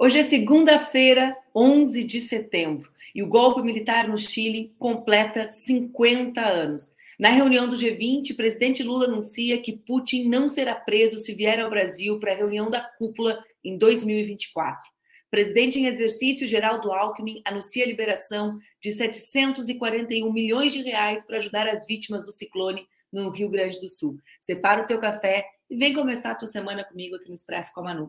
Hoje é segunda-feira, 11 de setembro, e o golpe militar no Chile completa 50 anos. Na reunião do G20, o presidente Lula anuncia que Putin não será preso se vier ao Brasil para a reunião da cúpula em 2024. O presidente em exercício, Geraldo Alckmin, anuncia a liberação de 741 milhões de reais para ajudar as vítimas do ciclone no Rio Grande do Sul. Separa o teu café e vem começar a tua semana comigo aqui no Expresso com a Manu.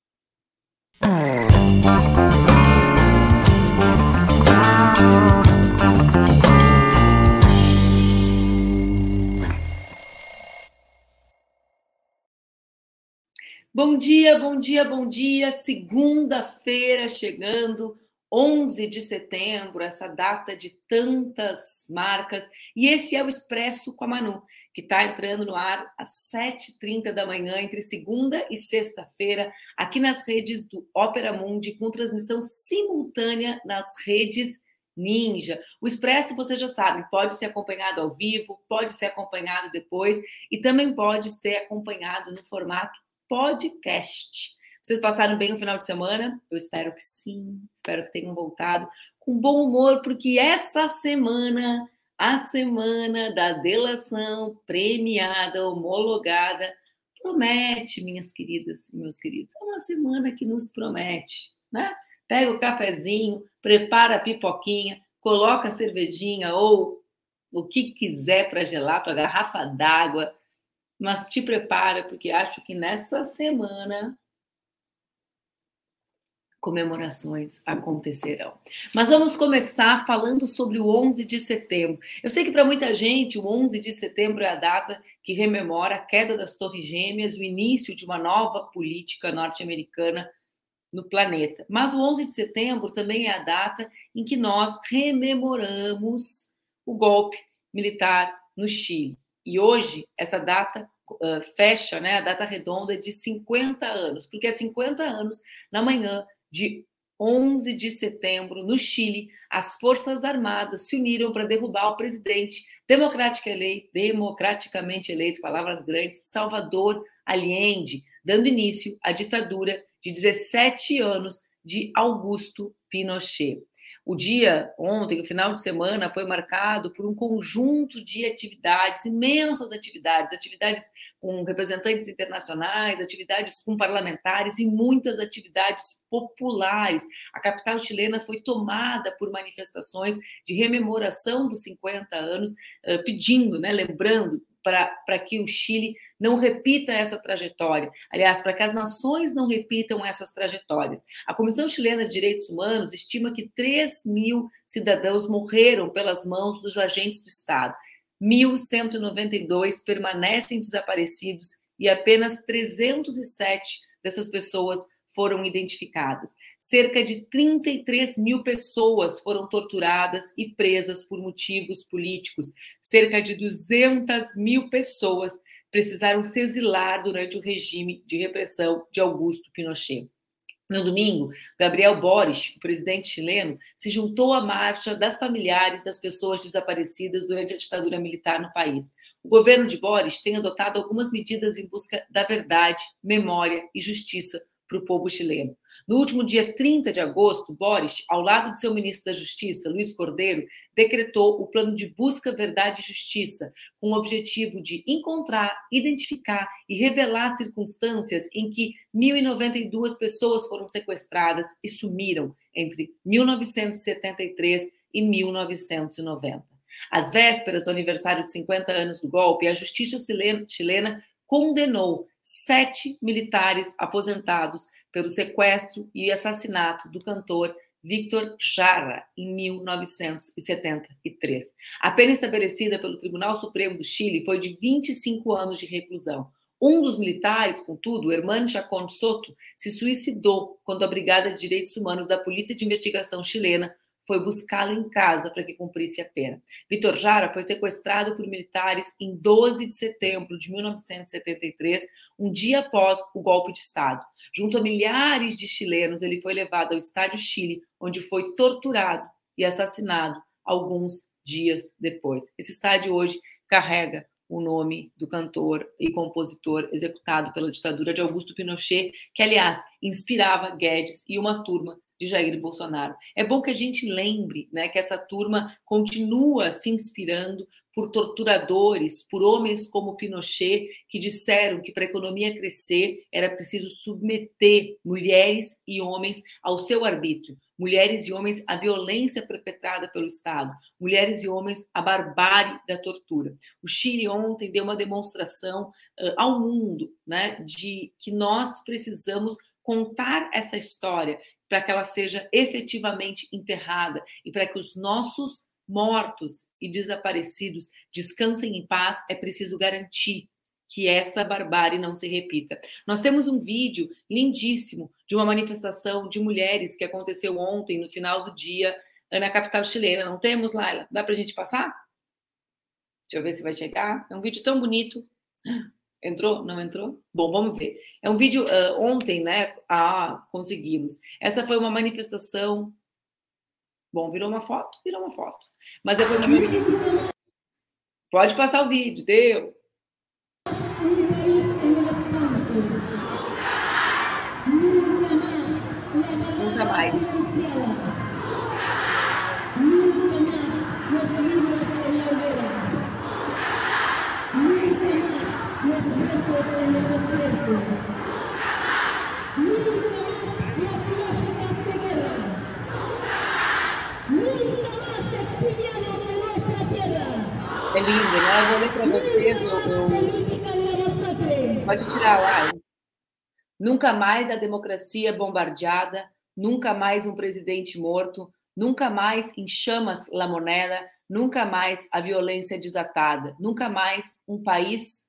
Bom dia, bom dia, bom dia. Segunda-feira chegando, 11 de setembro, essa data de tantas marcas. E esse é o Expresso com a Manu, que está entrando no ar às 7h30 da manhã, entre segunda e sexta-feira, aqui nas redes do Opera Mundi, com transmissão simultânea nas redes Ninja. O Expresso, você já sabe, pode ser acompanhado ao vivo, pode ser acompanhado depois e também pode ser acompanhado no formato podcast. Vocês passaram bem o final de semana? Eu espero que sim, espero que tenham voltado com bom humor, porque essa semana, a semana da delação premiada, homologada, promete, minhas queridas e meus queridos, é uma semana que nos promete, né? Pega o cafezinho, prepara a pipoquinha, coloca a cervejinha ou o que quiser para gelar, tua garrafa d'água, mas te prepara, porque acho que nessa semana comemorações acontecerão. Mas vamos começar falando sobre o 11 de setembro. Eu sei que para muita gente o 11 de setembro é a data que rememora a queda das Torres Gêmeas, o início de uma nova política norte-americana no planeta. Mas o 11 de setembro também é a data em que nós rememoramos o golpe militar no Chile. E hoje, essa data fecha, né, a data redonda de 50 anos, porque há 50 anos, na manhã de 11 de setembro, no Chile, as Forças Armadas se uniram para derrubar o presidente democraticamente eleito, palavras grandes, Salvador Allende, dando início à ditadura de 17 anos de Augusto Pinochet. O dia ontem, o final de semana, foi marcado por um conjunto de atividades, imensas atividades, atividades com representantes internacionais, atividades com parlamentares e muitas atividades populares. A capital chilena foi tomada por manifestações de rememoração dos 50 anos, pedindo, né, lembrando, para que o Chile não repita essa trajetória. Aliás, para que as nações não repitam essas trajetórias. A Comissão Chilena de Direitos Humanos estima que 3.000 cidadãos morreram pelas mãos dos agentes do Estado. 1.192 permanecem desaparecidos e apenas 307 dessas pessoas foram identificadas. Cerca de 33 mil pessoas foram torturadas e presas por motivos políticos. Cerca de 200 mil pessoas precisaram se exilar durante o regime de repressão de Augusto Pinochet. No domingo, Gabriel Boric, o presidente chileno, se juntou à marcha das familiares das pessoas desaparecidas durante a ditadura militar no país. O governo de Boric tem adotado algumas medidas em busca da verdade, memória e justiça para o povo chileno. No último dia 30 de agosto, Boric, ao lado de seu ministro da Justiça, Luiz Cordeiro, decretou o plano de busca, verdade e justiça, com o objetivo de encontrar, identificar e revelar circunstâncias em que 1.092 pessoas foram sequestradas e sumiram entre 1973 e 1990. Às vésperas do aniversário de 50 anos do golpe, a justiça chilena condenou 7 militares aposentados pelo sequestro e assassinato do cantor Víctor Jara, em 1973. A pena estabelecida pelo Tribunal Supremo do Chile foi de 25 anos de reclusão. Um dos militares, contudo, Herman Chacón Soto, se suicidou quando a Brigada de Direitos Humanos da Polícia de Investigação chilena foi buscá-lo em casa para que cumprisse a pena. Víctor Jara foi sequestrado por militares em 12 de setembro de 1973, um dia após o golpe de Estado. Junto a milhares de chilenos, ele foi levado ao Estádio Chile, onde foi torturado e assassinado alguns dias depois. Esse estádio hoje carrega o nome do cantor e compositor executado pela ditadura de Augusto Pinochet, que, aliás, inspirava Guedes e uma turma de Jair Bolsonaro. É bom que a gente lembre, né, que essa turma continua se inspirando por torturadores, por homens como Pinochet, que disseram que para a economia crescer era preciso submeter mulheres e homens ao seu arbítrio, mulheres e homens à violência perpetrada pelo Estado, mulheres e homens à barbárie da tortura. O Chile ontem deu uma demonstração ao mundo, né, de que nós precisamos contar essa história para que ela seja efetivamente enterrada e para que os nossos mortos e desaparecidos descansem em paz, é preciso garantir que essa barbárie não se repita. Nós temos um vídeo lindíssimo de uma manifestação de mulheres que aconteceu ontem, no final do dia, na capital chilena. Não temos, Laila? Dá para a gente passar? Deixa eu ver se vai chegar. É um vídeo tão bonito. Entrou? Não entrou? Bom, vamos ver. É um vídeo ontem, né? Conseguimos. Essa foi uma manifestação. Bom, virou uma foto? Virou uma foto. Mas foi uma... Pode passar o vídeo, deu. Nunca mais. É lindo, né? Eu vou ler para vocês. Pode tirar lá. Nunca mais a democracia bombardeada, nunca mais um presidente morto, nunca mais em chamas la moneda, nunca mais a violência desatada, nunca mais um país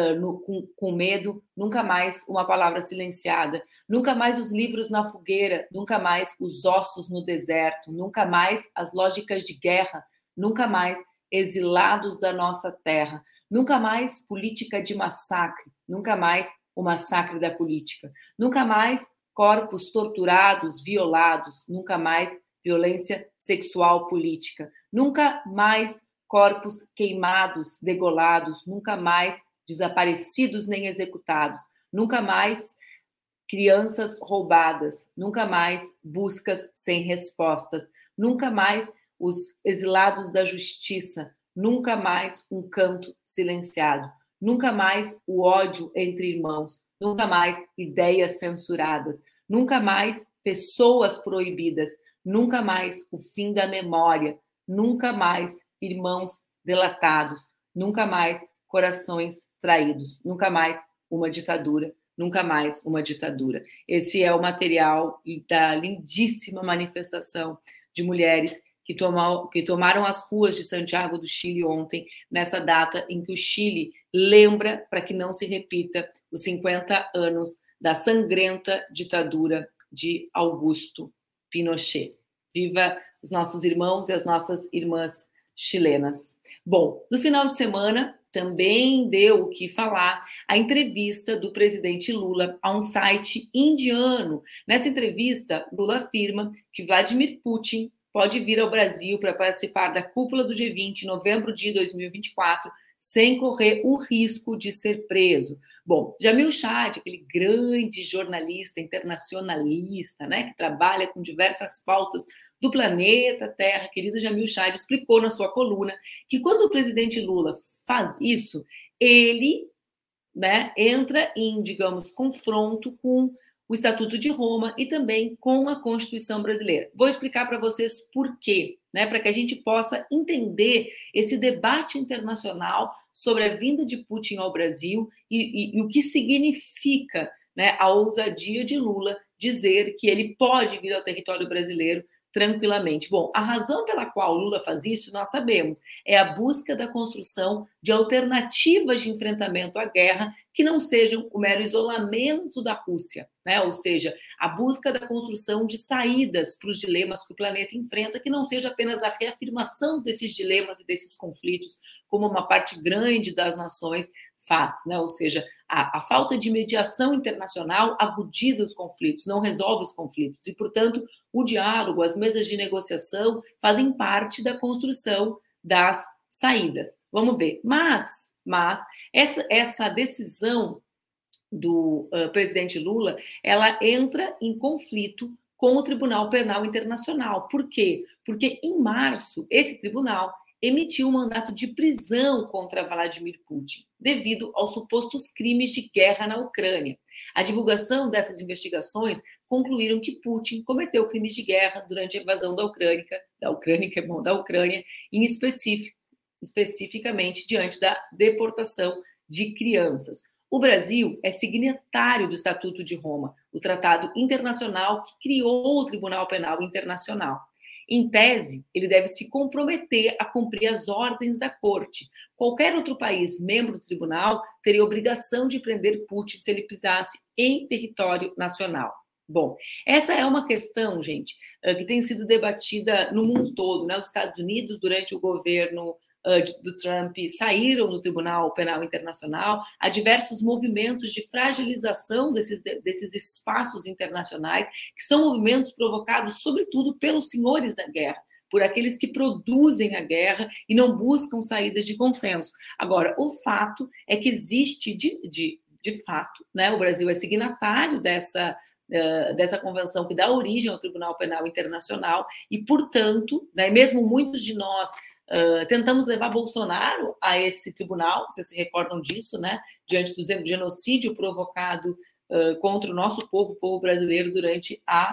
com medo, nunca mais uma palavra silenciada, nunca mais os livros na fogueira, nunca mais os ossos no deserto, nunca mais as lógicas de guerra, nunca mais exilados da nossa terra, nunca mais política de massacre, nunca mais o massacre da política, nunca mais corpos torturados, violados, nunca mais violência sexual política, nunca mais corpos queimados, degolados, nunca mais desaparecidos nem executados, nunca mais crianças roubadas, nunca mais buscas sem respostas, nunca mais os exilados da justiça, nunca mais um canto silenciado, nunca mais o ódio entre irmãos, nunca mais ideias censuradas, nunca mais pessoas proibidas, nunca mais o fim da memória, nunca mais irmãos delatados, nunca mais corações traídos, nunca mais uma ditadura, nunca mais uma ditadura. Esse é o material da lindíssima manifestação de mulheres que tomaram as ruas de Santiago do Chile ontem, nessa data em que o Chile lembra, para que não se repita, os 50 anos da sangrenta ditadura de Augusto Pinochet. Viva os nossos irmãos e as nossas irmãs chilenas. Bom, no final de semana também deu o que falar a entrevista do presidente Lula a um site indiano. Nessa entrevista, Lula afirma que Vladimir Putin pode vir ao Brasil para participar da cúpula do G20 em novembro de 2024, sem correr o risco de ser preso. Bom, Jamil Chad, aquele grande jornalista internacionalista, né, que trabalha com diversas pautas do planeta Terra, querido Jamil Chad, explicou na sua coluna que quando o presidente Lula faz isso, ele, né, entra em, digamos, confronto com o Estatuto de Roma e também com a Constituição brasileira. Vou explicar para vocês por quê, né, para que a gente possa entender esse debate internacional sobre a vinda de Putin ao Brasil e o que significa, né, a ousadia de Lula dizer que ele pode vir ao território brasileiro tranquilamente. Bom, a razão pela qual Lula faz isso, nós sabemos, é a busca da construção de alternativas de enfrentamento à guerra que não sejam o mero isolamento da Rússia, né? Ou seja, a busca da construção de saídas para os dilemas que o planeta enfrenta, que não seja apenas a reafirmação desses dilemas e desses conflitos, como uma parte grande das nações faz, né? Ou seja, a falta de mediação internacional agudiza os conflitos, não resolve os conflitos, e, portanto, o diálogo, as mesas de negociação fazem parte da construção das saídas. Vamos ver. Mas Mas essa decisão do presidente Lula, ela entra em conflito com o Tribunal Penal Internacional. Por quê? Porque em março, esse tribunal emitiu um mandato de prisão contra Vladimir Putin, devido aos supostos crimes de guerra na Ucrânia. A divulgação dessas investigações concluíram que Putin cometeu crimes de guerra durante a invasão da Ucrânia, em especificamente diante da deportação de crianças. O Brasil é signatário do Estatuto de Roma, o tratado internacional que criou o Tribunal Penal Internacional. Em tese, ele deve se comprometer a cumprir as ordens da Corte. Qualquer outro país membro do tribunal teria obrigação de prender Putin se ele pisasse em território nacional. Bom, essa é uma questão, gente, que tem sido debatida no mundo todo, né? Os Estados Unidos, durante o governo do Trump, saíram do Tribunal Penal Internacional. Há diversos movimentos de fragilização desses espaços internacionais, que são movimentos provocados, sobretudo, pelos senhores da guerra, por aqueles que produzem a guerra e não buscam saídas de consenso. Agora, o fato é que existe, de fato, né, o Brasil é signatário dessa convenção que dá origem ao Tribunal Penal Internacional e, portanto, né, mesmo muitos de nós tentamos levar Bolsonaro a esse tribunal, vocês se recordam disso, né? Diante do genocídio provocado contra o nosso povo, o povo brasileiro, durante a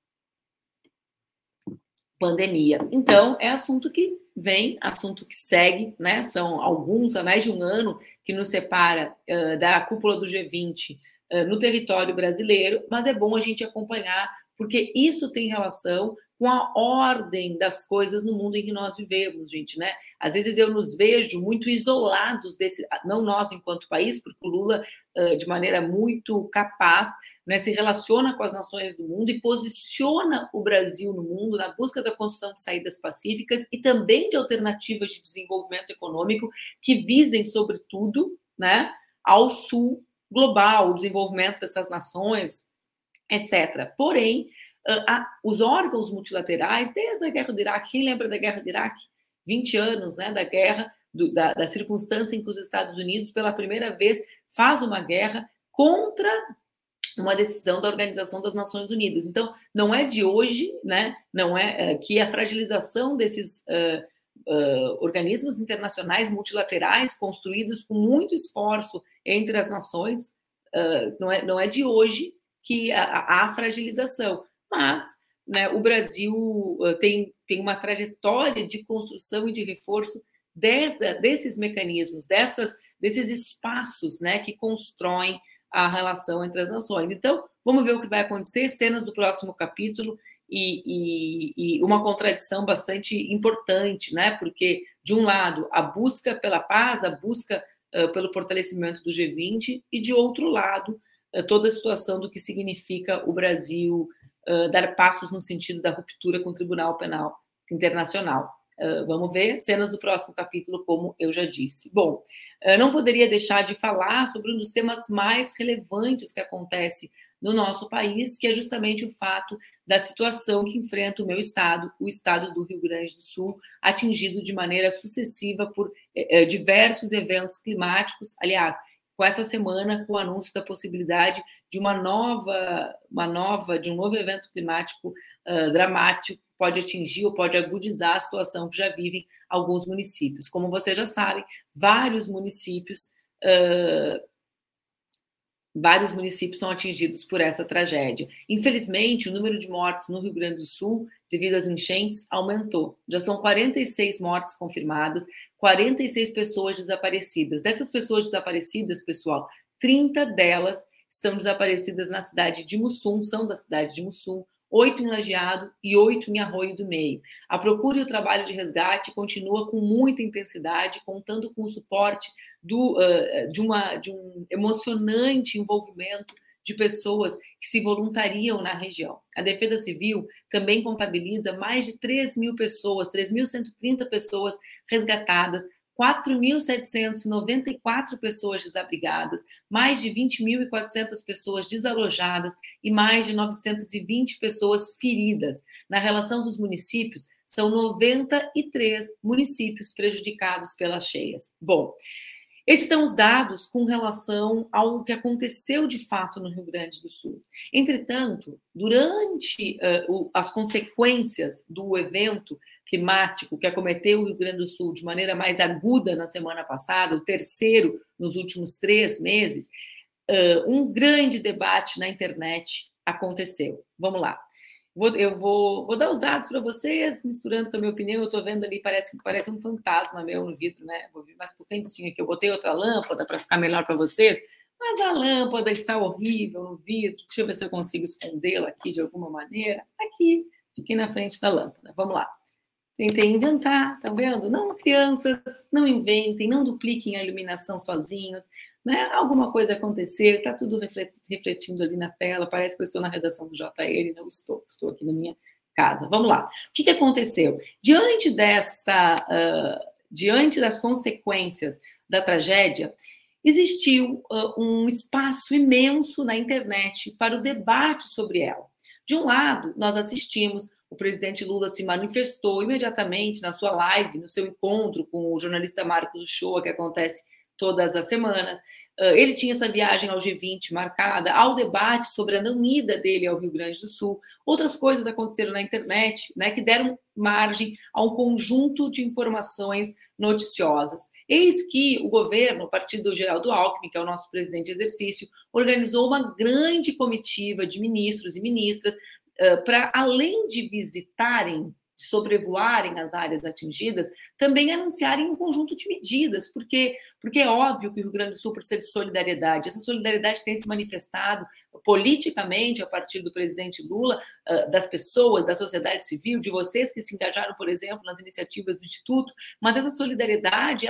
pandemia. Então, é assunto que vem, assunto que segue, né? São alguns, há mais de um ano, que nos separa da cúpula do G20 no território brasileiro, mas é bom a gente acompanhar, porque isso tem relação com a ordem das coisas no mundo em que nós vivemos, gente, né? Às vezes eu nos vejo muito isolados não nós enquanto país, porque o Lula, de maneira muito capaz, né, se relaciona com as nações do mundo e posiciona o Brasil no mundo na busca da construção de saídas pacíficas e também de alternativas de desenvolvimento econômico que visem, sobretudo, né, ao sul global, o desenvolvimento dessas nações, etc. Porém, os órgãos multilaterais, desde a guerra do Iraque, quem lembra da guerra do Iraque? 20 anos, né, da guerra, da circunstância em que os Estados Unidos, pela primeira vez, faz uma guerra contra uma decisão da Organização das Nações Unidas. Então, não é de hoje, né, não é que a fragilização desses organismos internacionais multilaterais construídos com muito esforço entre as nações, não é de hoje que há fragilização. Mas, né, o Brasil tem uma trajetória de construção e de reforço desses mecanismos, desses espaços, né, que constroem a relação entre as nações. Então, vamos ver o que vai acontecer, cenas do próximo capítulo e uma contradição bastante importante, né, porque, de um lado, a busca pela paz, a busca pelo fortalecimento do G20 e, de outro lado, toda a situação do que significa o Brasil dar passos no sentido da ruptura com o Tribunal Penal Internacional. Vamos ver cenas do próximo capítulo, como eu já disse. Bom, não poderia deixar de falar sobre um dos temas mais relevantes que acontece no nosso país, que é justamente o fato da situação que enfrenta o meu estado, o estado do Rio Grande do Sul, atingido de maneira sucessiva por diversos eventos climáticos. Aliás, com essa semana, com o anúncio da possibilidade de um novo evento climático dramático, que pode atingir ou pode agudizar a situação que já vivem alguns municípios. Como vocês já sabem, vários municípios são atingidos por essa tragédia. Infelizmente, o número de mortos no Rio Grande do Sul, devido às enchentes, aumentou. Já são 46 mortes confirmadas, 46 pessoas desaparecidas. Dessas pessoas desaparecidas, pessoal, 30 delas estão desaparecidas na cidade de Mussum, são da cidade de Mussum, 8 em Lajeado e 8 em Arroio do Meio. A procura e o trabalho de resgate continua com muita intensidade, contando com o suporte de um emocionante envolvimento de pessoas que se voluntariam na região. A Defesa Civil também contabiliza mais de 3.000 pessoas, 3.130 pessoas resgatadas, 4.794 pessoas desabrigadas, mais de 20.400 pessoas desalojadas e mais de 920 pessoas feridas. Na relação dos municípios, são 93 municípios prejudicados pelas cheias. Bom, Esses são os dados com relação ao que aconteceu de fato no Rio Grande do Sul. Entretanto, durante as consequências do evento climático que acometeu o Rio Grande do Sul de maneira mais aguda na semana passada, o terceiro nos últimos 3 meses, um grande debate na internet aconteceu. Vamos lá. Eu vou dar os dados para vocês, misturando com a minha opinião. Eu estou vendo ali, parece um fantasma meu no vidro, né? Vou vir mais para o cantinho aqui. Eu botei outra lâmpada para ficar melhor para vocês, mas a lâmpada está horrível no vidro. Deixa eu ver se eu consigo escondê-la aqui de alguma maneira. Aqui, fiquei na frente da lâmpada. Vamos lá. Tentei inventar, tá vendo? Não, crianças, não inventem, não dupliquem a iluminação sozinhos, né? Alguma coisa aconteceu, está tudo refletindo ali na tela, parece que eu estou na redação do JL, não estou aqui na minha casa. Vamos lá. O que aconteceu? Diante das consequências da tragédia, existiu um espaço imenso na internet para o debate sobre ela. De um lado, nós assistimos, o presidente Lula se manifestou imediatamente na sua live, no seu encontro com o jornalista Marcos Uchoa, que acontece todas as semanas. Ele tinha essa viagem ao G20 marcada, ao debate sobre a não ida dele ao Rio Grande do Sul. Outras coisas aconteceram na internet, né, que deram margem a um conjunto de informações noticiosas. Eis que o governo, o partido do Geraldo Alckmin, que é o nosso presidente de exercício, organizou uma grande comitiva de ministros e ministras para, além de visitarem, sobrevoarem as áreas atingidas, também anunciarem um conjunto de medidas, porque é óbvio que o Rio Grande do Sul precisa de solidariedade. Essa solidariedade tem se manifestado politicamente a partir do presidente Lula, das pessoas, da sociedade civil, de vocês que se engajaram, por exemplo, nas iniciativas do Instituto, mas essa solidariedade,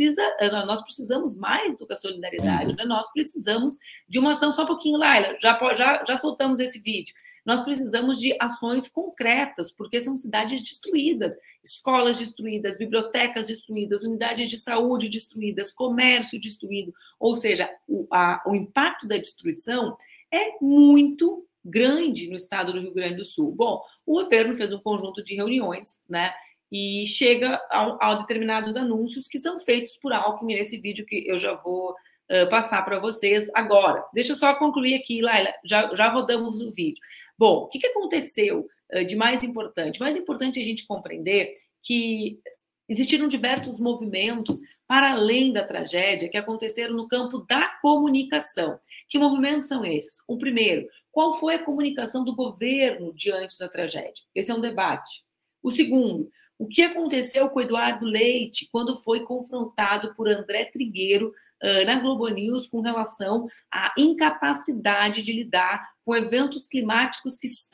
nós precisamos mais do que a solidariedade, né? Nós precisamos de uma ação, só um pouquinho, Laila, já soltamos esse vídeo. Nós precisamos de ações concretas, porque são cidades destruídas, escolas destruídas, bibliotecas destruídas, unidades de saúde destruídas, comércio destruído. Ou seja, o impacto da destruição é muito grande no estado do Rio Grande do Sul. Bom, o governo fez um conjunto de reuniões, né? E chega a determinados anúncios que são feitos por Alckmin nesse vídeo que eu já vou passar para vocês agora. Deixa eu só concluir aqui, Laila, já rodamos o vídeo. Bom, o que aconteceu de mais importante? Mais importante é a gente compreender que existiram diversos movimentos para além da tragédia que aconteceram no campo da comunicação. Que movimentos são esses? O primeiro, qual foi a comunicação do governo diante da tragédia? Esse é um debate. O segundo, o que aconteceu com Eduardo Leite quando foi confrontado por André Trigueiro na Globo News com relação à incapacidade de lidar com eventos climáticos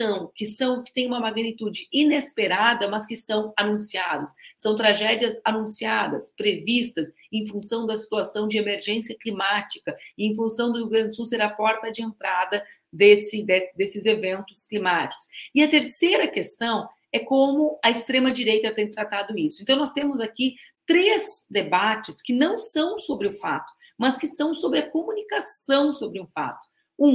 que têm uma magnitude inesperada, mas que são anunciados. São tragédias anunciadas, previstas em função da situação de emergência climática e em função do Rio Grande do Sul ser a porta de entrada desses eventos climáticos. E a terceira questão é como a extrema-direita tem tratado isso. Então, nós temos aqui 3 debates que não são sobre o fato, mas que são sobre a comunicação sobre um fato.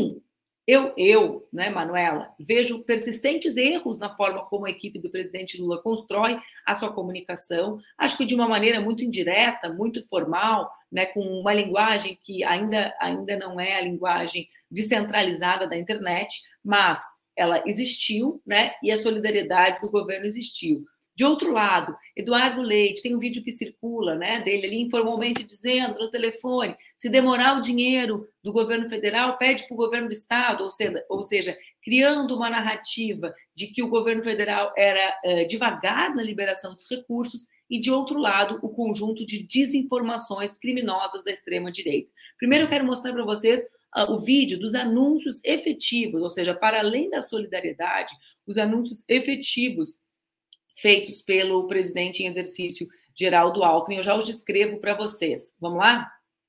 Eu, né, Manuela, vejo persistentes erros na forma como a equipe do presidente Lula constrói a sua comunicação, acho que de uma maneira muito indireta, muito formal, né, com uma linguagem que ainda não é a linguagem descentralizada da internet, mas ela existiu, né, e a solidariedade do governo existiu. De outro lado, Eduardo Leite, tem um vídeo que circula, né, dele ali informalmente dizendo no telefone, se demorar o dinheiro do governo federal, pede para o governo do estado, ou seja, criando uma narrativa de que o governo federal era devagar na liberação dos recursos, e, de outro lado, o conjunto de desinformações criminosas da extrema-direita. Primeiro, eu quero mostrar para vocês o vídeo dos anúncios efetivos, ou seja, para além da solidariedade, os anúncios efetivos feitos pelo presidente em exercício Geraldo Alckmin. Eu já os descrevo para vocês. Vamos lá?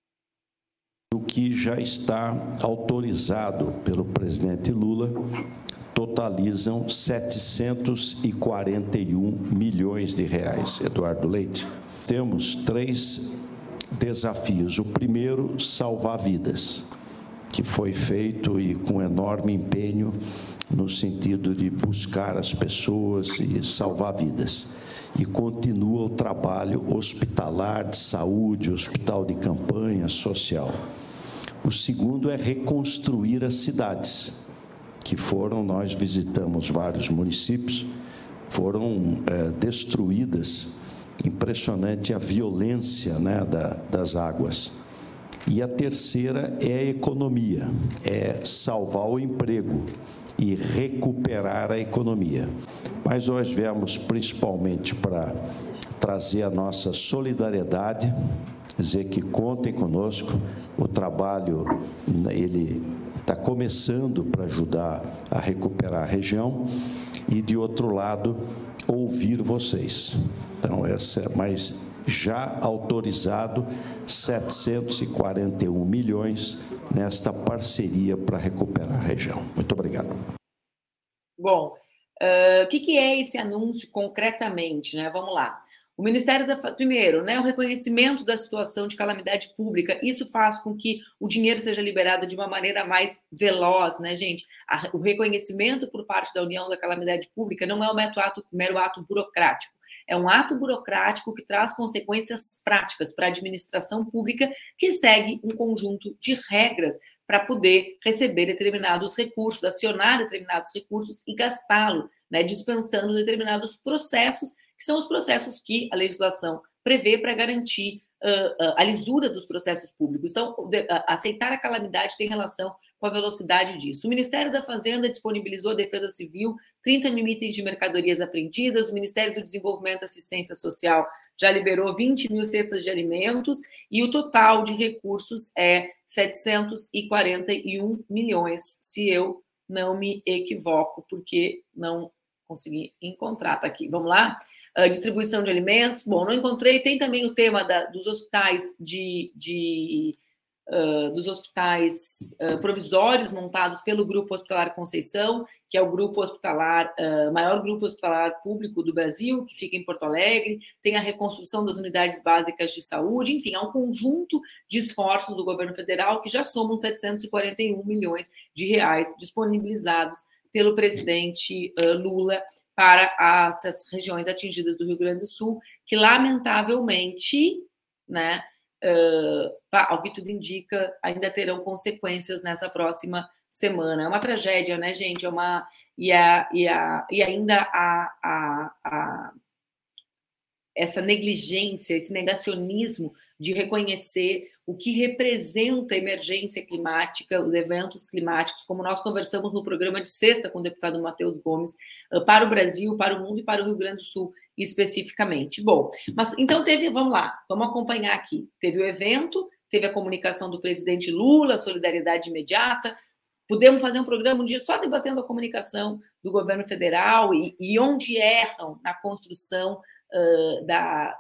O que já está autorizado pelo presidente Lula totalizam 741 milhões de reais. Eduardo Leite, temos 3 desafios. O primeiro, salvar vidas, que foi feito e com enorme empenho no sentido de buscar as pessoas e salvar vidas. e continua o trabalho hospitalar, de saúde, hospital de campanha, social. O segundo é reconstruir as cidades, que foram, nós visitamos vários municípios, foram destruídas, impressionante a violência, né, das águas. E a terceira é a economia, é salvar o emprego e recuperar a economia. Mas nós viemos principalmente para trazer a nossa solidariedade, dizer que contem conosco, o trabalho, ele está começando para ajudar a recuperar a região e, de outro lado, ouvir vocês. Então, essa é mais já autorizado 741 milhões nesta parceria para recuperar a região. Muito obrigado. Bom, o que é esse anúncio concretamente, né? Vamos lá. O Ministério primeiro, né, o reconhecimento da situação de calamidade pública, isso faz com que o dinheiro seja liberado de uma maneira mais veloz, né, gente? O reconhecimento por parte da União da calamidade pública não é um mero ato burocrático. É um ato burocrático que traz consequências práticas para a administração pública, que segue um conjunto de regras para poder receber determinados recursos, acionar determinados recursos e gastá-lo, né, dispensando determinados processos, que são os processos que a legislação prevê para garantir a lisura dos processos públicos. Então, aceitar a calamidade tem relação com a velocidade disso. O Ministério da Fazenda disponibilizou à Defesa Civil 30 mil itens de mercadorias apreendidas, o Ministério do Desenvolvimento e Assistência Social já liberou 20 mil cestas de alimentos e o total de recursos é 741 milhões, se eu não me equivoco, porque não consegui encontrar, tá aqui. Vamos lá? Distribuição de alimentos. Bom, não encontrei. Tem também o tema dos hospitais dos hospitais provisórios montados pelo Grupo Hospitalar Conceição, que é o grupo hospitalar, maior grupo hospitalar público do Brasil, que fica em Porto Alegre. Tem a reconstrução das unidades básicas de saúde. Enfim, há um conjunto de esforços do governo federal que já somam 741 milhões de reais disponibilizados pelo presidente Lula para essas regiões atingidas do Rio Grande do Sul, que, lamentavelmente, né, ao que tudo indica, ainda terão consequências nessa próxima semana. É uma tragédia, né, gente? E ainda essa negligência, esse negacionismo de reconhecer o que representa a emergência climática, os eventos climáticos, como nós conversamos no programa de sexta com o deputado Matheus Gomes, para o Brasil, para o mundo e para o Rio Grande do Sul especificamente. Bom, mas então vamos lá, vamos acompanhar aqui. Teve o evento, teve a comunicação do presidente Lula, solidariedade imediata. Podemos fazer um programa um dia só debatendo a comunicação do governo federal e onde erram na construção da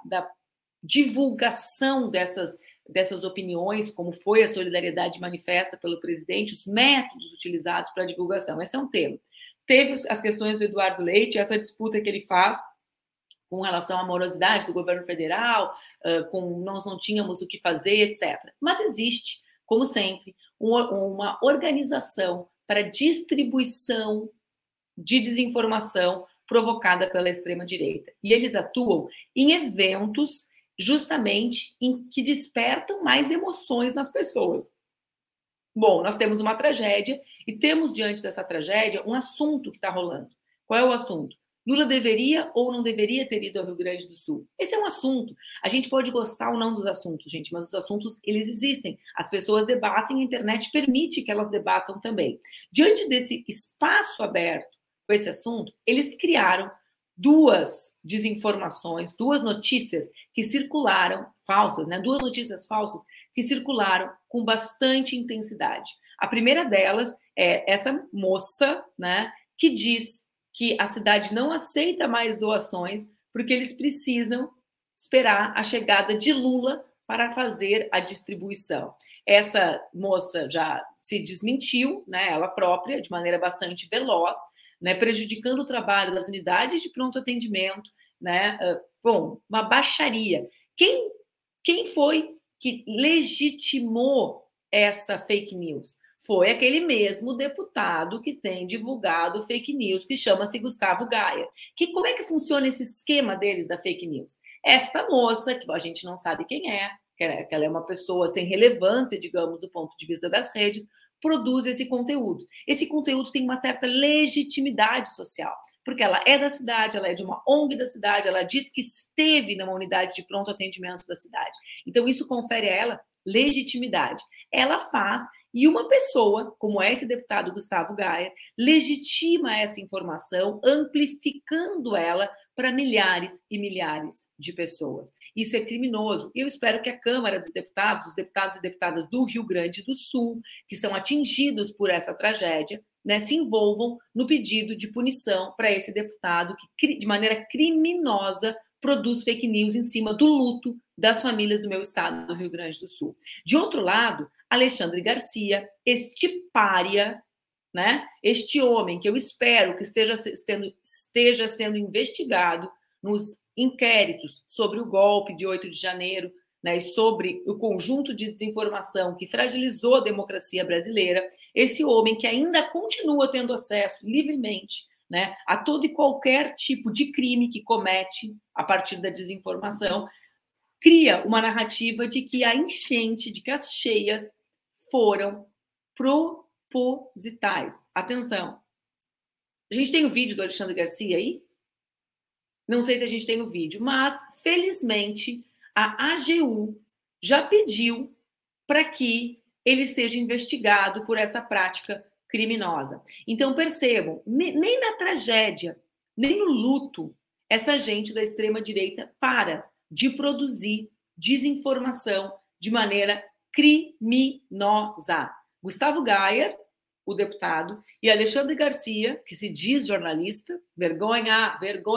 divulgação dessas opiniões, como foi a solidariedade manifesta pelo presidente, os métodos utilizados para a divulgação. Esse é um tema. Teve as questões do Eduardo Leite, essa disputa que ele faz com relação à morosidade do governo federal, nós não tínhamos o que fazer, etc. Mas existe, como sempre, uma organização para distribuição de desinformação provocada pela extrema-direita. E eles atuam em eventos justamente em que despertam mais emoções nas pessoas. Bom, nós temos uma tragédia e temos diante dessa tragédia um assunto que está rolando. Qual é o assunto? Lula deveria ou não deveria ter ido ao Rio Grande do Sul? Esse é um assunto. A gente pode gostar ou não dos assuntos, gente, mas os assuntos, eles existem. As pessoas debatem, a internet permite que elas debatam também. Diante desse espaço aberto com esse assunto, eles criaram duas desinformações, duas notícias que circularam, falsas, né? Duas notícias falsas que circularam com bastante intensidade. A primeira delas é essa moça, né, que diz que a cidade não aceita mais doações porque eles precisam esperar a chegada de Lula para fazer a distribuição. Essa moça já se desmentiu, né, ela própria, de maneira bastante veloz, né, prejudicando o trabalho das unidades de pronto atendimento, né? Bom, uma baixaria. Quem foi que legitimou essa fake news? foi aquele mesmo deputado que tem divulgado fake news, que chama-se Gustavo Gaia. Como é que funciona esse esquema deles da fake news? Esta moça, que a gente não sabe quem é, que ela é uma pessoa sem relevância, digamos, do ponto de vista das redes, produz esse conteúdo. Esse conteúdo tem uma certa legitimidade social, porque ela é da cidade, ela é de uma ONG da cidade, ela diz que esteve numa unidade de pronto atendimento da cidade. Então, isso confere a ela legitimidade. Ela faz, e uma pessoa, como é esse deputado Gustavo Gaia, legitima essa informação, amplificando ela para milhares e milhares de pessoas. Isso é criminoso. E eu espero que a Câmara dos Deputados, os deputados e deputadas do Rio Grande do Sul, que são atingidos por essa tragédia, né, se envolvam no pedido de punição para esse deputado que, de maneira criminosa, produz fake news em cima do luto das famílias do meu estado, do Rio Grande do Sul. De outro lado, Alexandre Garcia, este pária, né? Este homem que eu espero que esteja sendo investigado nos inquéritos sobre o golpe de 8 de janeiro, né, e sobre o conjunto de desinformação que fragilizou a democracia brasileira, esse homem que ainda continua tendo acesso livremente, né, a todo e qualquer tipo de crime que comete a partir da desinformação, cria uma narrativa de que a enchente, de que as cheias foram propositais. Atenção. A gente tem o vídeo do Alexandre Garcia aí? Não sei se a gente tem o vídeo, mas, felizmente, a AGU já pediu para que ele seja investigado por essa prática criminosa. Então, percebam, nem na tragédia, nem no luto, essa gente da extrema-direita para de produzir desinformação de maneira criminosa. Gustavo Gaia, o deputado, e Alexandre Garcia, que se diz jornalista, vergonha,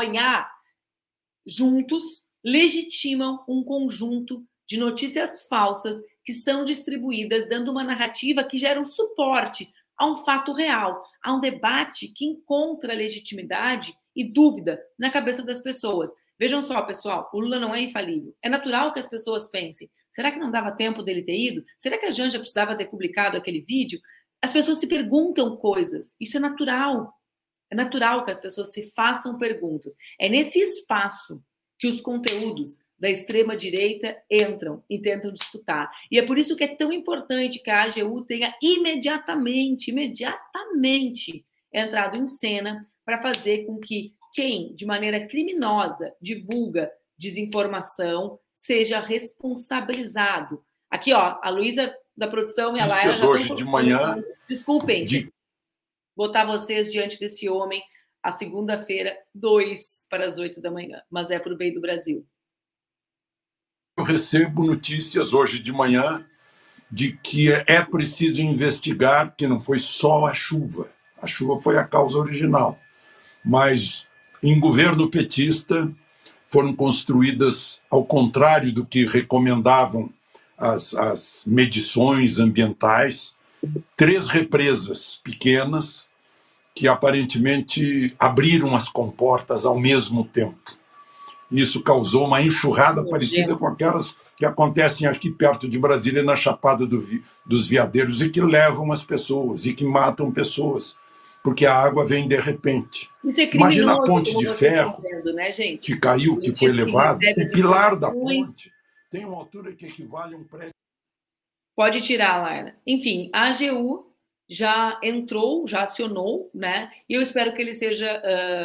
juntos legitimam um conjunto de notícias falsas que são distribuídas, dando uma narrativa que gera um suporte a um fato real, a um debate que encontra legitimidade e dúvida na cabeça das pessoas. Vejam só, pessoal, o Lula não é infalível. É natural que as pessoas pensem, será que não dava tempo dele ter ido? Será que a Janja precisava ter publicado aquele vídeo? As pessoas se perguntam coisas. Isso é natural. É natural que as pessoas se façam perguntas. É nesse espaço que os conteúdos da extrema-direita entram e tentam disputar. E é por isso que é tão importante que a AGU tenha imediatamente entrado em cena para fazer com que quem, de maneira criminosa, divulga desinformação, seja responsabilizado. Aqui, ó, a Luísa da produção e a Laila já hoje de manhã. Desculpem, botar vocês diante desse homem a segunda-feira, 2 para as 8 da manhã, mas é para o bem do Brasil. Eu recebo notícias hoje de manhã de que é preciso investigar que não foi só a chuva. A chuva foi a causa original. Mas, em governo petista, foram construídas, ao contrário do que recomendavam as medições ambientais, 3 represas pequenas que aparentemente abriram as comportas ao mesmo tempo. Isso causou uma enxurrada parecida com aquelas que acontecem aqui perto de Brasília, na Chapada dos Veadeiros, e que levam as pessoas, e que matam pessoas, porque a água vem de repente. Isso é Imagina a ponte de ferro né, gente? que caiu, que foi levado, o pilar da ponte tem uma altura que equivale a um prédio. Pode tirar, Laila. Enfim, a AGU já entrou, já acionou, né? E eu espero que ele seja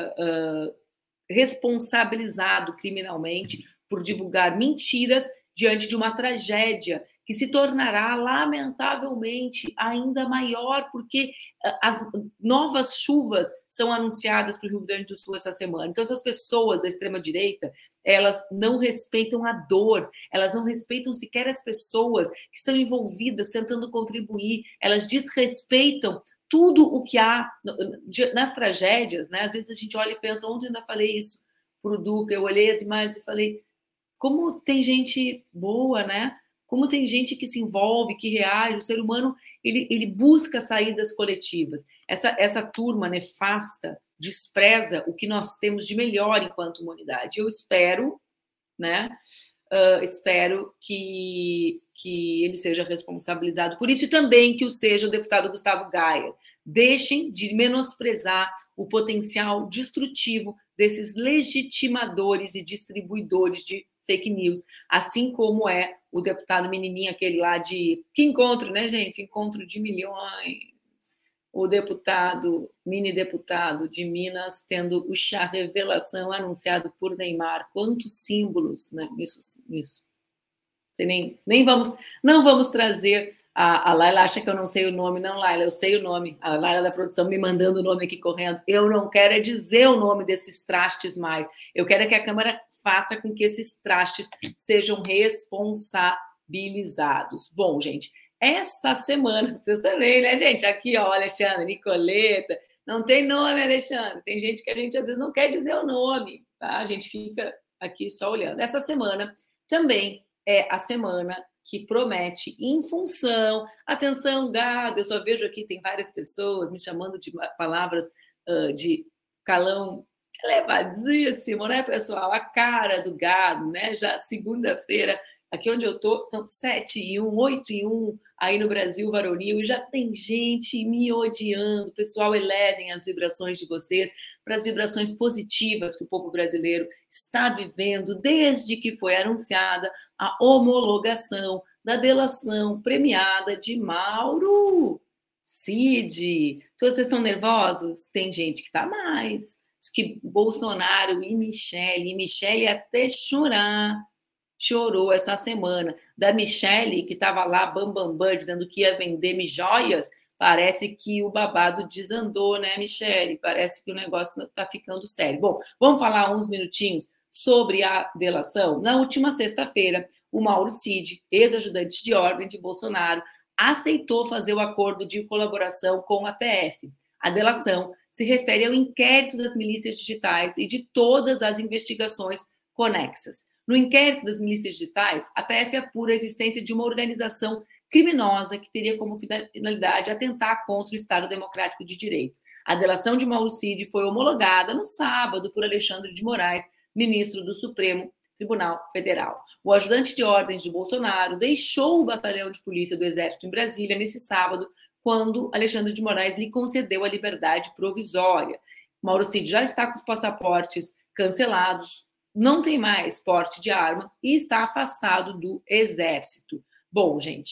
responsabilizado criminalmente por divulgar mentiras diante de uma tragédia que se tornará, lamentavelmente, ainda maior, porque as novas chuvas são anunciadas para o Rio Grande do Sul essa semana. Então, essas pessoas da extrema-direita, elas não respeitam a dor, elas não respeitam sequer as pessoas que estão envolvidas, tentando contribuir, elas desrespeitam tudo o que há nas tragédias, né? Às vezes a gente olha e pensa, ontem ainda falei isso para o Duca, eu olhei as imagens e falei, como tem gente boa, né? Como tem gente que se envolve, que reage, o ser humano, ele busca saídas coletivas. Essa turma nefasta despreza o que nós temos de melhor enquanto humanidade. Eu espero, né, espero que ele seja responsabilizado por isso e também que o seja o deputado Gustavo Gayer. Deixem de menosprezar o potencial destrutivo desses legitimadores e distribuidores de fake news, assim como é o deputado menininho, aquele lá de... Que encontro, né, gente? Encontro de milhões. O deputado, mini deputado de Minas, tendo o chá revelação anunciado por Neymar. Quantos símbolos, né, nisso. Não vamos trazer... A Laila acha que eu não sei o nome. Não, Laila, eu sei o nome. A Laila da produção me mandando o nome aqui correndo. Eu não quero dizer o nome desses trastes mais. Eu quero que a Câmara faça com que esses trastes sejam responsabilizados. Bom, gente, esta semana, vocês também, né, gente? Aqui, ó, Alexandre, Nicoleta. Não tem nome, Alexandre. Tem gente que a gente, às vezes, não quer dizer o nome, tá? A gente fica aqui só olhando. Essa semana também é a semana que promete, em função... Atenção, gado, eu só vejo aqui, tem várias pessoas me chamando de palavras de calão elevadíssimo, né, pessoal? A cara do gado, né? Já segunda-feira, aqui onde eu estou, são 7-1, 8-1, aí no Brasil varonil, e já tem gente me odiando. Pessoal, elevem as vibrações de vocês para as vibrações positivas que o povo brasileiro está vivendo desde que foi anunciada a homologação da delação premiada de Mauro Cid. Então, vocês estão nervosos? Tem gente que está mais. Diz que Bolsonaro e Michele até chorou essa semana. Da Michele, que estava lá, bam, dizendo que ia vender joias, parece que o babado desandou, né, Michele? Parece que o negócio está ficando sério. Bom, vamos falar uns minutinhos sobre a delação. Na última sexta-feira, o Mauro Cid, ex-ajudante de ordem de Bolsonaro, aceitou fazer o acordo de colaboração com a PF. A delação se refere ao inquérito das milícias digitais e de todas as investigações conexas. No inquérito das milícias digitais, a PF apura a existência de uma organização criminosa que teria como finalidade atentar contra o Estado Democrático de Direito. A delação de Mauro Cid foi homologada no sábado por Alexandre de Moraes, ministro do Supremo Tribunal Federal. O ajudante de ordens de Bolsonaro deixou o batalhão de polícia do Exército em Brasília nesse sábado, quando Alexandre de Moraes lhe concedeu a liberdade provisória. Mauro Cid já está com os passaportes cancelados, não tem mais porte de arma e está afastado do Exército. Bom, gente,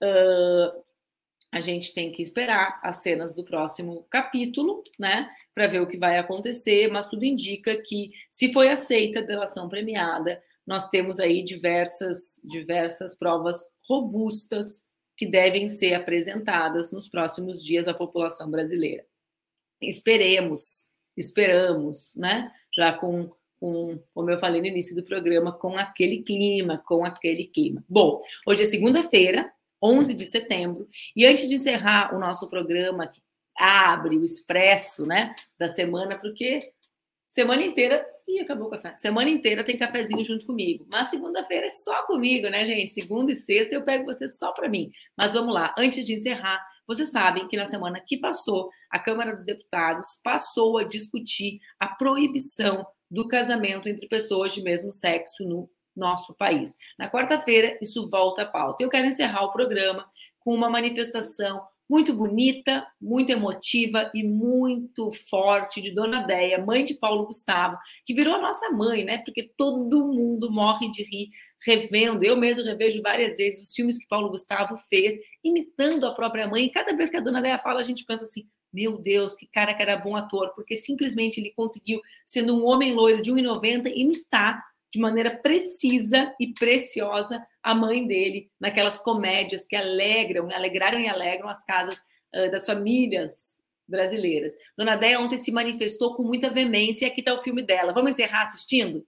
a gente tem que esperar as cenas do próximo capítulo, né, para ver o que vai acontecer, mas tudo indica que, se foi aceita a delação premiada, nós temos aí diversas provas robustas que devem ser apresentadas nos próximos dias à população brasileira. Esperamos, né, já com, como eu falei no início do programa, com aquele clima. Bom, hoje é segunda-feira, 11 de setembro, e antes de encerrar o nosso programa, que abre o expresso, né, da semana, porque semana inteira... Ih, acabou o café. Semana inteira tem cafezinho junto comigo, mas segunda-feira é só comigo, né, gente? Segunda e sexta eu pego você só para mim. Mas vamos lá, antes de encerrar, vocês sabem que na semana que passou, a Câmara dos Deputados passou a discutir a proibição do casamento entre pessoas de mesmo sexo no nosso país. Na quarta-feira, isso volta à pauta. Eu quero encerrar o programa com uma manifestação muito bonita, muito emotiva e muito forte de Dona Déia, mãe de Paulo Gustavo, que virou a nossa mãe, né? Porque todo mundo morre de rir revendo. Eu mesmo revejo várias vezes os filmes que Paulo Gustavo fez, imitando a própria mãe. E cada vez que a Dona Déia fala, a gente pensa assim: meu Deus, que cara que era bom ator, porque simplesmente ele conseguiu, sendo um homem loiro de 1,90, imitar de maneira precisa e preciosa a mãe dele, naquelas comédias que alegraram e alegram as casas das famílias brasileiras. Dona Déia ontem se manifestou com muita veemência, e aqui está o filme dela. Vamos encerrar assistindo?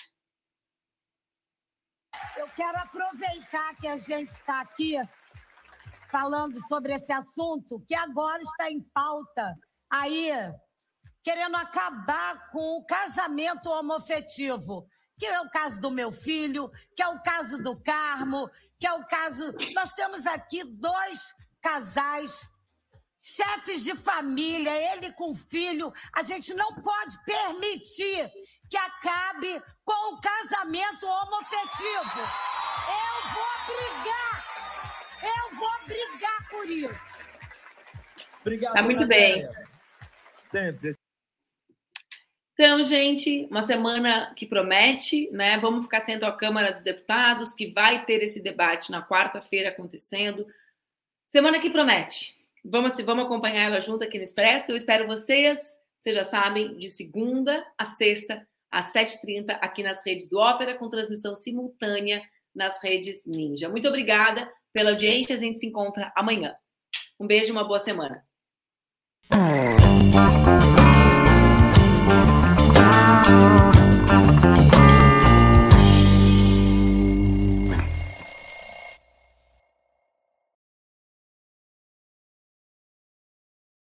Eu quero aproveitar que a gente está aqui falando sobre esse assunto, que agora está em pauta, aí querendo acabar com o casamento homoafetivo, que é o caso do meu filho, que é o caso do Carmo, que é o caso... Nós temos aqui 2 casais chefes de família, ele com filho, a gente não pode permitir que acabe com o casamento homoafetivo. Eu vou brigar por isso. Obrigado. Tá muito bem. Sempre. Então, gente, uma semana que promete, né? Vamos ficar atento à Câmara dos Deputados, que vai ter esse debate na quarta-feira acontecendo. Semana que promete. Vamos acompanhar ela junto aqui no Expresso. Eu espero vocês já sabem, de segunda a sexta, às 7h30, aqui nas redes do Ópera, com transmissão simultânea nas redes Ninja. Muito obrigada pela audiência. A gente se encontra amanhã. Um beijo e uma boa semana.